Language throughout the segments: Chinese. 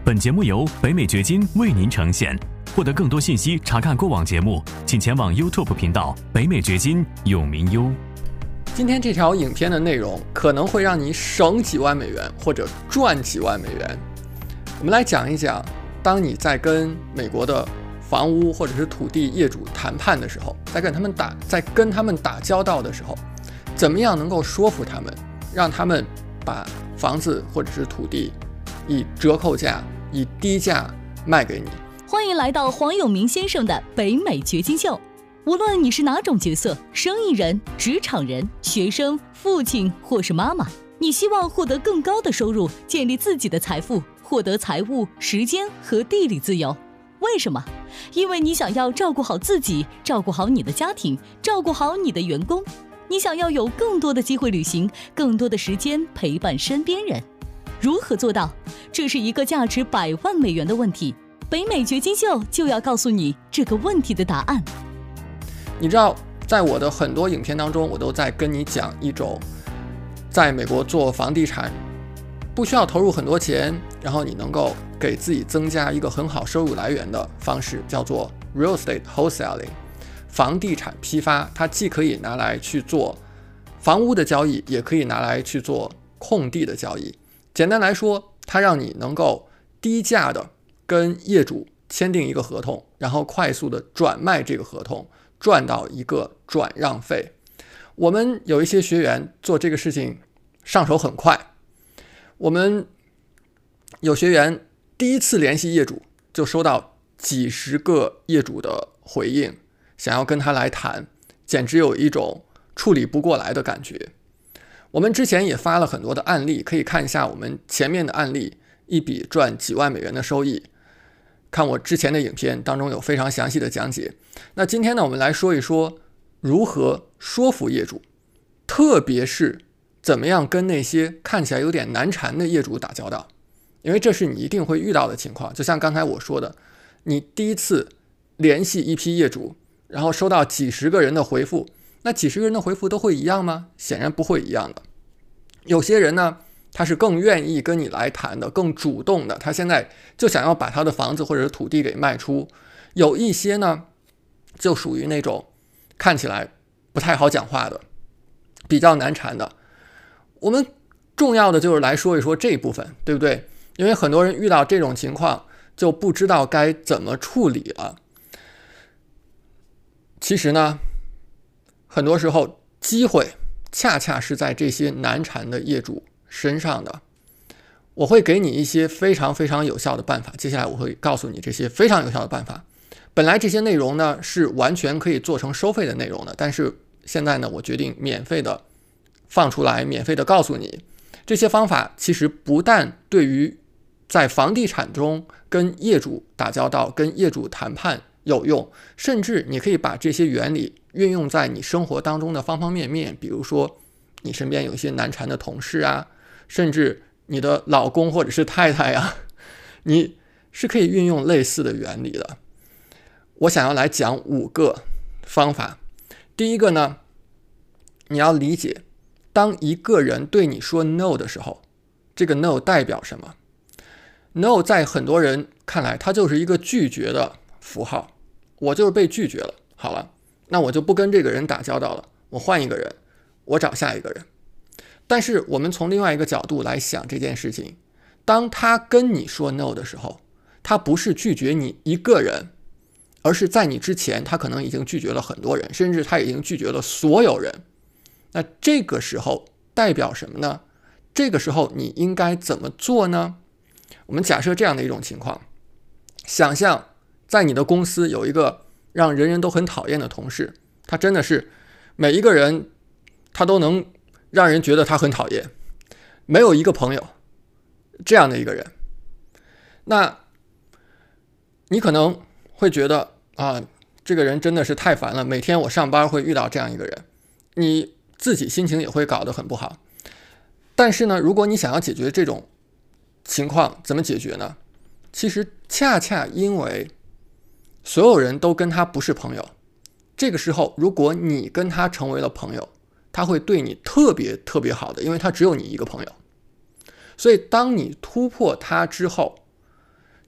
本节目由北美掘金为您呈现。获得更多信息，查看过往节目，请前往 YouTube 频道北美掘金永明优。 今天这条影片的内容可能会让你省几万美元或者赚几万美元。我们来讲一讲，当你在跟美国的房屋或者是土地业主谈判的时候，在跟他们打交道的时候，怎么样能够说服他们，让他们把房子或者是土地以折扣价、以低价卖给你。 欢迎来到黄永明先生的北美掘金秀。无论你是哪种角色，生意人、职场人、学生、父亲或是妈妈，你希望获得更高的收入，建立自己的财富，获得财务、时间和地理自由。为什么？因为你想要照顾好自己，照顾好你的家庭，照顾好你的员工。你想要有更多的机会旅行，更多的时间陪伴身边人。如何做到？这是一个价值100万美元的问题。北美掘金秀就要告诉你这个问题的答案。 你知道，在我的很多影片当中，我都在跟你讲一种在美国做房地产不需要投入很多钱，然后你能够给自己增加一个很好收入来源的方式，叫做 real estate wholesaling， 房地产批发。它既可以拿来去做房屋的交易，也可以拿来去做空地的交易。简单来说，它让你能够低价的跟业主签订一个合同，然后快速的转卖这个合同，赚到一个转让费。我们有一些学员做这个事情上手很快，我们有学员第一次联系业主就收到几十个业主的回应，想要跟他来谈，简直有一种处理不过来的感觉。我们之前也发了很多的案例，可以看一下我们前面的案例，一笔赚几万美元的收益。看我之前的影片当中有非常详细的讲解。那今天呢，我们来说一说如何说服业主，特别是怎么样跟那些看起来有点难缠的业主打交道，因为这是你一定会遇到的情况。就像刚才我说的，你第一次联系一批业主，然后收到几十个人的回复，那几十个人的回复都会一样吗？显然不会一样的。有些人呢，他是更愿意跟你来谈的，更主动的，他现在就想要把他的房子或者是土地给卖出。有一些呢，就属于那种看起来不太好讲话的，比较难缠的。我们重要的就是来说一说这一部分，对不对？因为很多人遇到这种情况就不知道该怎么处理了。其实呢，很多时候机会恰恰是在这些难缠的业主身上的。我会给你一些非常非常有效的办法，接下来我会告诉你这些非常有效的办法。本来这些内容呢是完全可以做成收费的内容的，但是现在呢，我决定免费的放出来，免费的告诉你这些方法。其实不但对于在房地产中跟业主打交道、跟业主谈判有用，甚至你可以把这些原理运用在你生活当中的方方面面。比如说你身边有一些难缠的同事啊，甚至你的老公或者是太太啊，你是可以运用类似的原理的。我想要来讲5个方法。第一个呢，你要理解，当一个人对你说 no 的时候，这个 no 代表什么？ no 在很多人看来，它就是一个拒绝的符号。我就是被拒绝了，好了，那我就不跟这个人打交道了，我换一个人，我找下一个人。但是我们从另外一个角度来想这件事情，当他跟你说 no 的时候，他不是拒绝你一个人，而是在你之前他可能已经拒绝了很多人，甚至他已经拒绝了所有人。那这个时候代表什么呢？这个时候你应该怎么做呢？我们假设这样的一种情况，想象在你的公司有一个让人人都很讨厌的同事，他真的是每一个人他都能让人觉得他很讨厌，没有一个朋友，这样的一个人。那你可能会觉得啊，这个人真的是太烦了，每天我上班会遇到这样一个人，你自己心情也会搞得很不好。但是呢，如果你想要解决这种情况，怎么解决呢？其实恰恰因为所有人都跟他不是朋友，这个时候如果你跟他成为了朋友，他会对你特别特别好的，因为他只有你一个朋友。所以当你突破他之后，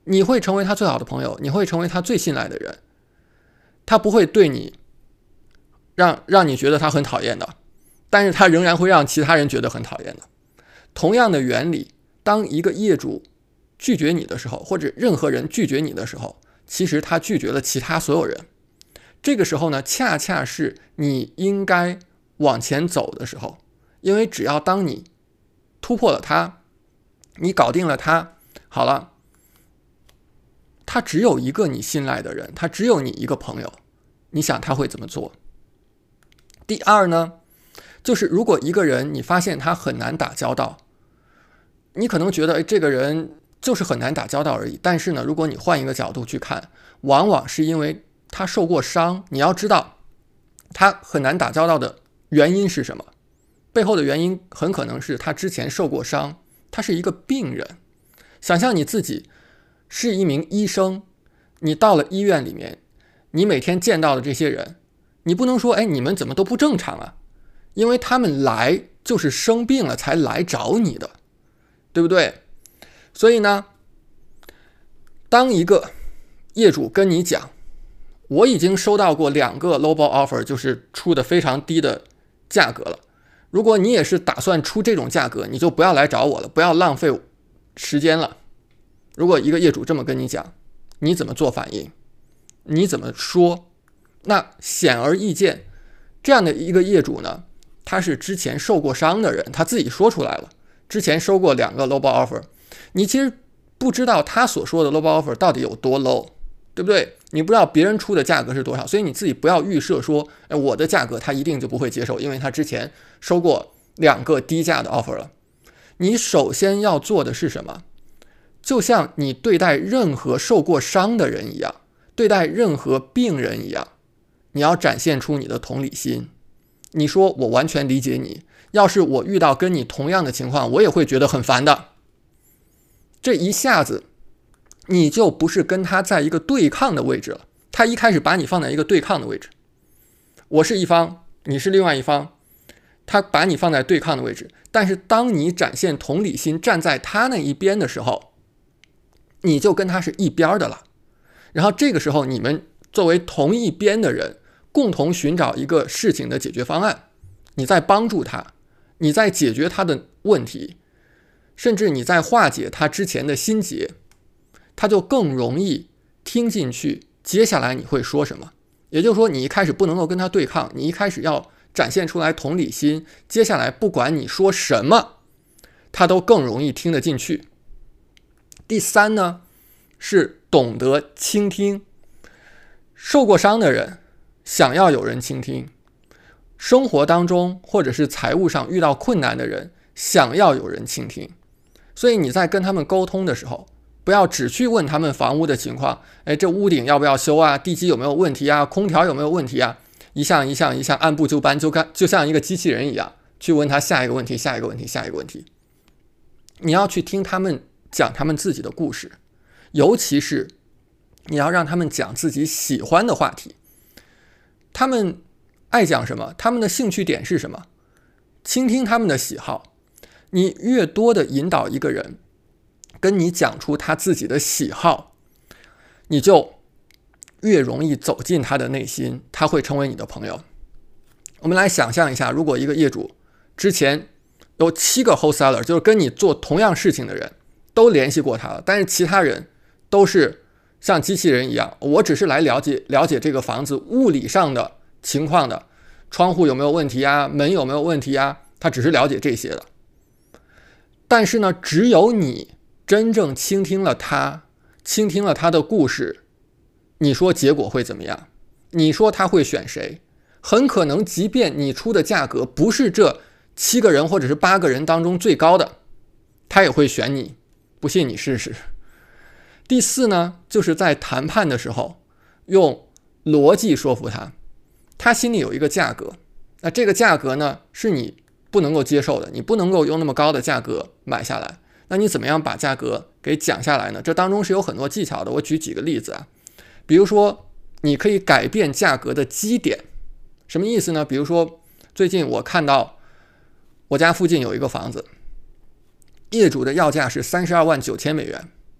你会成为他最好的朋友，你会成为他最信赖的人，他不会对你让你觉得他很讨厌的，但是他仍然会让其他人觉得很讨厌的。同样的原理，当一个业主拒绝你的时候，或者任何人拒绝你的时候，其实他拒绝了其他所有人。这个时候呢，恰恰是你应该往前走的时候，因为只要当你突破了他，你搞定了他，好了，他只有一个你信赖的人，他只有你一个朋友，你想他会怎么做？第二呢，就是如果一个人你发现他很难打交道，你可能觉得这个人就是很难打交道而已，但是呢，如果你换一个角度去看，往往是因为他受过伤。你要知道他很难打交道的原因是什么，背后的原因很可能是他之前受过伤，他是一个病人。想象你自己是一名医生，你到了医院里面，你每天见到的这些人，你不能说你们怎么都不正常啊，因为他们来就是生病了才来找你的，对不对？所以呢，当一个业主跟你讲，我已经收到过2个 lowball offer， 就是出的非常低的价格了，如果你也是打算出这种价格，你就不要来找我了，不要浪费时间了。如果一个业主这么跟你讲，你怎么做反应？你怎么说？那显而易见，这样的一个业主呢，他是之前受过伤的人，他自己说出来了，之前收过2个 lowball offer， 你其实不知道他所说的 lowball offer 到底有多 low， 对不对？你不知道别人出的价格是多少，所以你自己不要预设说，我的价格他一定就不会接受，因为他之前收过2个低价的 offer 了。你首先要做的是什么？就像你对待任何受过伤的人一样，对待任何病人一样，你要展现出你的同理心。你说我完全理解你，要是我遇到跟你同样的情况，我也会觉得很烦的。这一下子你就不是跟他在一个对抗的位置了，他一开始把你放在一个对抗的位置，我是一方，你是另外一方，他把你放在对抗的位置。但是当你展现同理心，站在他那一边的时候，你就跟他是一边的了。然后这个时候你们作为同一边的人，共同寻找一个事情的解决方案，你在帮助他，你在解决他的问题，甚至你在化解他之前的心结，他就更容易听进去接下来你会说什么。也就是说，你一开始不能够跟他对抗，你一开始要展现出来同理心，接下来不管你说什么，他都更容易听得进去。第三呢，是懂得倾听。受过伤的人想要有人倾听，生活当中或者是财务上遇到困难的人想要有人倾听。所以你在跟他们沟通的时候，不要只去问他们房屋的情况，这屋顶要不要修啊，地基有没有问题啊，空调有没有问题啊，一项一项一项按部就班，就像一个机器人一样去问他下一个问题，下一个问题，下一个问题。你要去听他们讲他们自己的故事，尤其是你要让他们讲自己喜欢的话题，他们爱讲什么，他们的兴趣点是什么，倾听他们的喜好。你越多的引导一个人跟你讲出他自己的喜好，你就越容易走进他的内心，他会成为你的朋友。我们来想象一下，如果一个业主之前有7个 wholesaler， 就是跟你做同样事情的人都联系过他了，但是其他人都是像机器人一样，我只是来了解这个房子物理上的情况的，窗户有没有问题啊，门有没有问题啊，他只是了解这些的。但是呢，只有你真正倾听了他，倾听了他的故事，你说结果会怎么样？你说他会选谁？很可能即便你出的价格不是这7个人或者是8个人当中最高的，他也会选你，不信你试试。第4呢，就是在谈判的时候用逻辑说服他，他心里有一个价格，那这个价格呢是你不能够接受的，你不能够用那么高的价格买下来，那你怎么样把价格给讲下来呢？这当中是有很多技巧的，我举几个例子啊。比如说你可以改变价格的基点，什么意思呢？比如说最近我看到我家附近有一个房子，业主的要价是32万9千美元，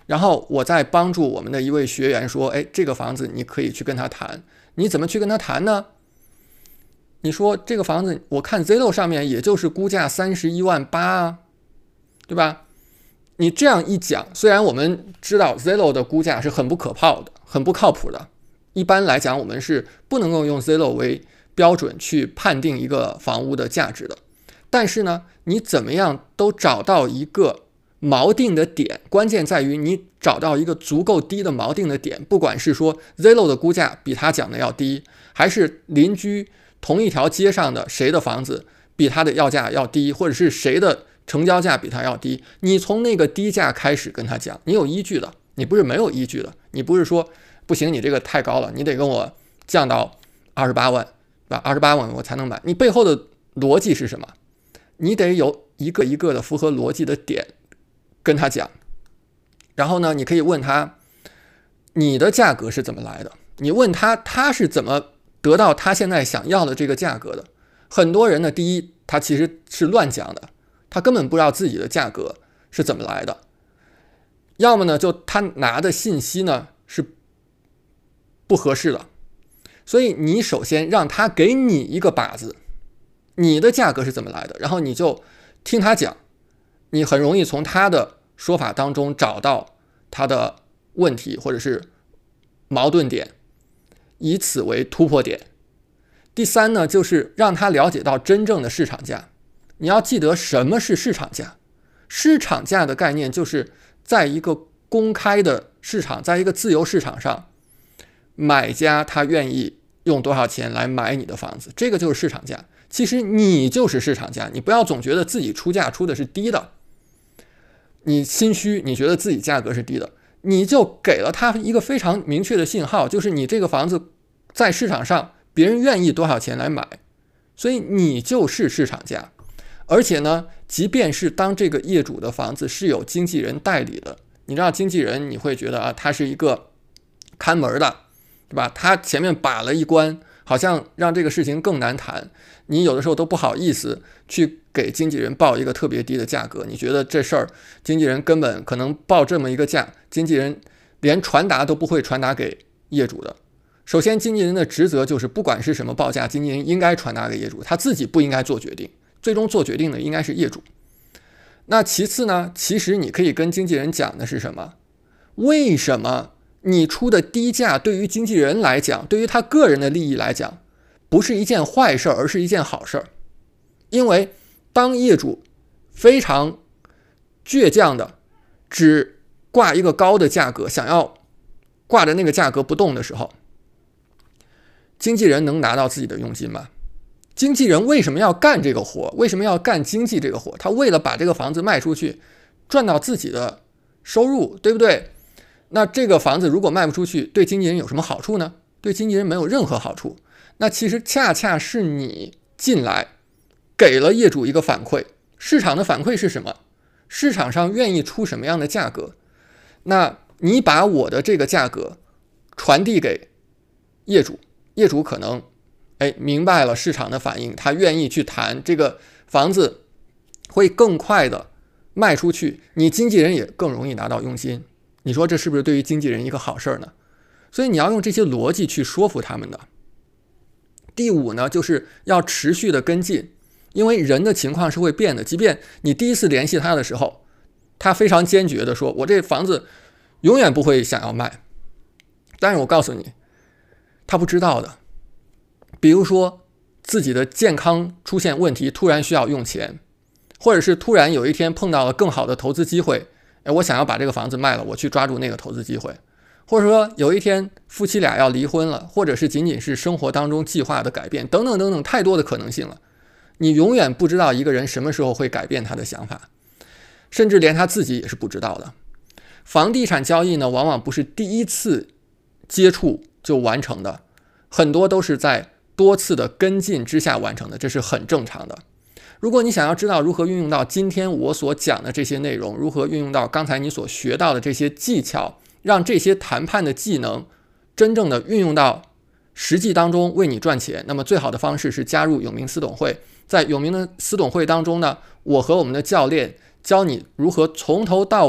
然后我再帮助我们的一位学员说，哎，这个房子你可以去跟他谈。你怎么去跟他谈呢？你说这个房子我看 Zillow 上面也就是估价31.8万啊，对吧？你这样一讲，虽然我们知道 Zillow 的估价是很不可靠的，很不靠谱的，一般来讲我们是不能够用 Zillow 为标准去判定一个房屋的价值的。但是呢，你怎么样都找到一个锚定的点，关键在于你找到一个足够低的锚定的点，不管是说 Zillow 的估价比他讲的要低，还是邻居同一条街上的谁的房子比他的要价要低，或者是谁的成交价比他要低，你从那个低价开始跟他讲，你有依据的，你不是没有依据的，你不是说不行，你这个太高了，你得跟我降到28万，对吧？28万我才能买，你背后的逻辑是什么？你得有一个一个的符合逻辑的点跟他讲，然后呢，你可以问他你的价格是怎么来的，你问他他是怎么得到他现在想要的这个价格的。很多人呢，第一，他其实是乱讲的，他根本不知道自己的价格是怎么来的，要么呢就他拿的信息呢是不合适的。所以你首先让他给你一个靶子，你的价格是怎么来的，然后你就听他讲，你很容易从他的说法当中找到他的问题或者是矛盾点，以此为突破点。第三呢，就是让他了解到真正的市场价。你要记得什么是市场价？市场价的概念就是在一个公开的市场，在一个自由市场上，买家他愿意用多少钱来买你的房子，这个就是市场价。其实你就是市场价，你不要总觉得自己出价出的是低的，你心虚，你觉得自己价格是低的，你就给了他一个非常明确的信号，就是你这个房子在市场上别人愿意多少钱来买，所以你就是市场价。而且呢，即便是当这个业主的房子是有经纪人代理的，你知道经纪人你会觉得啊，他是一个看门的，对吧？他前面把了一关，好像让这个事情更难谈，你有的时候都不好意思去给经纪人报一个特别低的价格，你觉得这事儿经纪人根本可能报这么一个价，经纪人连传达都不会传达给业主的。首先经纪人的职责就是不管是什么报价，经纪人应该传达给业主，他自己不应该做决定，最终做决定的应该是业主。那其次呢，其实你可以跟经纪人讲的是什么？为什么你出的低价对于经纪人来讲，对于他个人的利益来讲，不是一件坏事，而是一件好事。因为当业主非常倔强的只挂一个高的价格，想要挂着那个价格不动的时候，经纪人能拿到自己的佣金吗？经纪人为什么要干这个活？为什么要干经纪这个活？他为了把这个房子卖出去，赚到自己的收入，对不对？那这个房子如果卖不出去，对经纪人有什么好处呢？对经纪人没有任何好处。那其实恰恰是你进来给了业主一个反馈，市场的反馈是什么？市场上愿意出什么样的价格？那你把我的这个价格传递给业主，业主可能明白了市场的反应，他愿意去谈这个房子会更快的卖出去，你经纪人也更容易拿到佣金。你说这是不是对于经纪人一个好事呢？所以你要用这些逻辑去说服他们的。第五呢，就是要持续的跟进，因为人的情况是会变的。即便你第一次联系他的时候，他非常坚决的说，我这房子永远不会想要卖。但是我告诉你，他不知道的。比如说自己的健康出现问题，突然需要用钱，或者是突然有一天碰到了更好的投资机会，我想要把这个房子卖了，我去抓住那个投资机会。或者说有一天夫妻俩要离婚了，或者是仅仅是生活当中计划的改变，等等等等，太多的可能性了。你永远不知道一个人什么时候会改变他的想法，甚至连他自己也是不知道的。房地产交易呢，往往不是第一次接触就完成的，很多都是在多次的跟进之下完成的，这是很正常的。如果你想要知道如何运用到今天我所讲的这些内容，如何运用到刚才你所学到的这些技巧，让这些谈判的技能真正的运用到实际当中为你赚钱，那么最好的方式是加入永明私董会。在永明的私董会当中呢，我和我们的教练教你如何从头到尾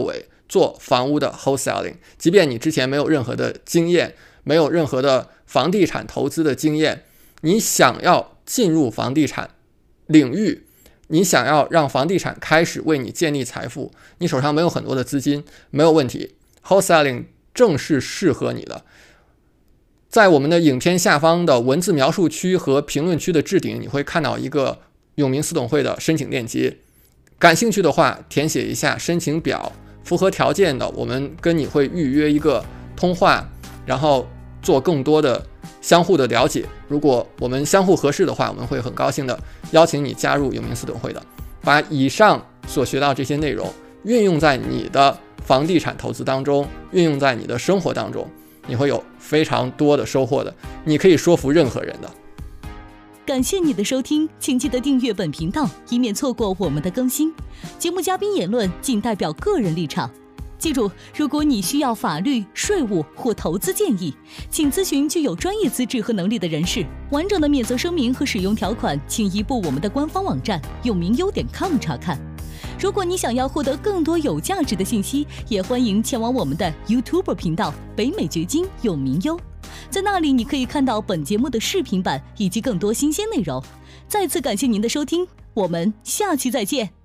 做房屋的 wholesaling， 即便你之前没有任何的经验，没有任何的房地产投资的经验，你想要进入房地产领域，你想要让房地产开始为你建立财富，你手上没有很多的资金，没有问题， wholesaling 正是适合你的。在我们的影片下方的文字描述区和评论区的置顶，你会看到一个永明私董会的申请链接，感兴趣的话填写一下申请表，符合条件的我们跟你会预约一个通话，然后做更多的相互的了解。如果我们相互合适的话，我们会很高兴的邀请你加入永明私董会的。把以上所学到这些内容运用在你的房地产投资当中，运用在你的生活当中，你会有非常多的收获的，你可以说服任何人的。 感谢你的收听，请记得订阅本频道，以免错过我们的更新。节目嘉宾言论仅代表个人立场。记住，如果你需要法律、税务或投资建议，请咨询具有专业资质和能力的人士。完整的免责声明和使用条款，请移步我们的官方网站永明优.com 查看。如果你想要获得更多有价值的信息，也欢迎前往我们的 YouTube 频道北美掘金永明优，在那里你可以看到本节目的视频版以及更多新鲜内容。再次感谢您的收听，我们下期再见。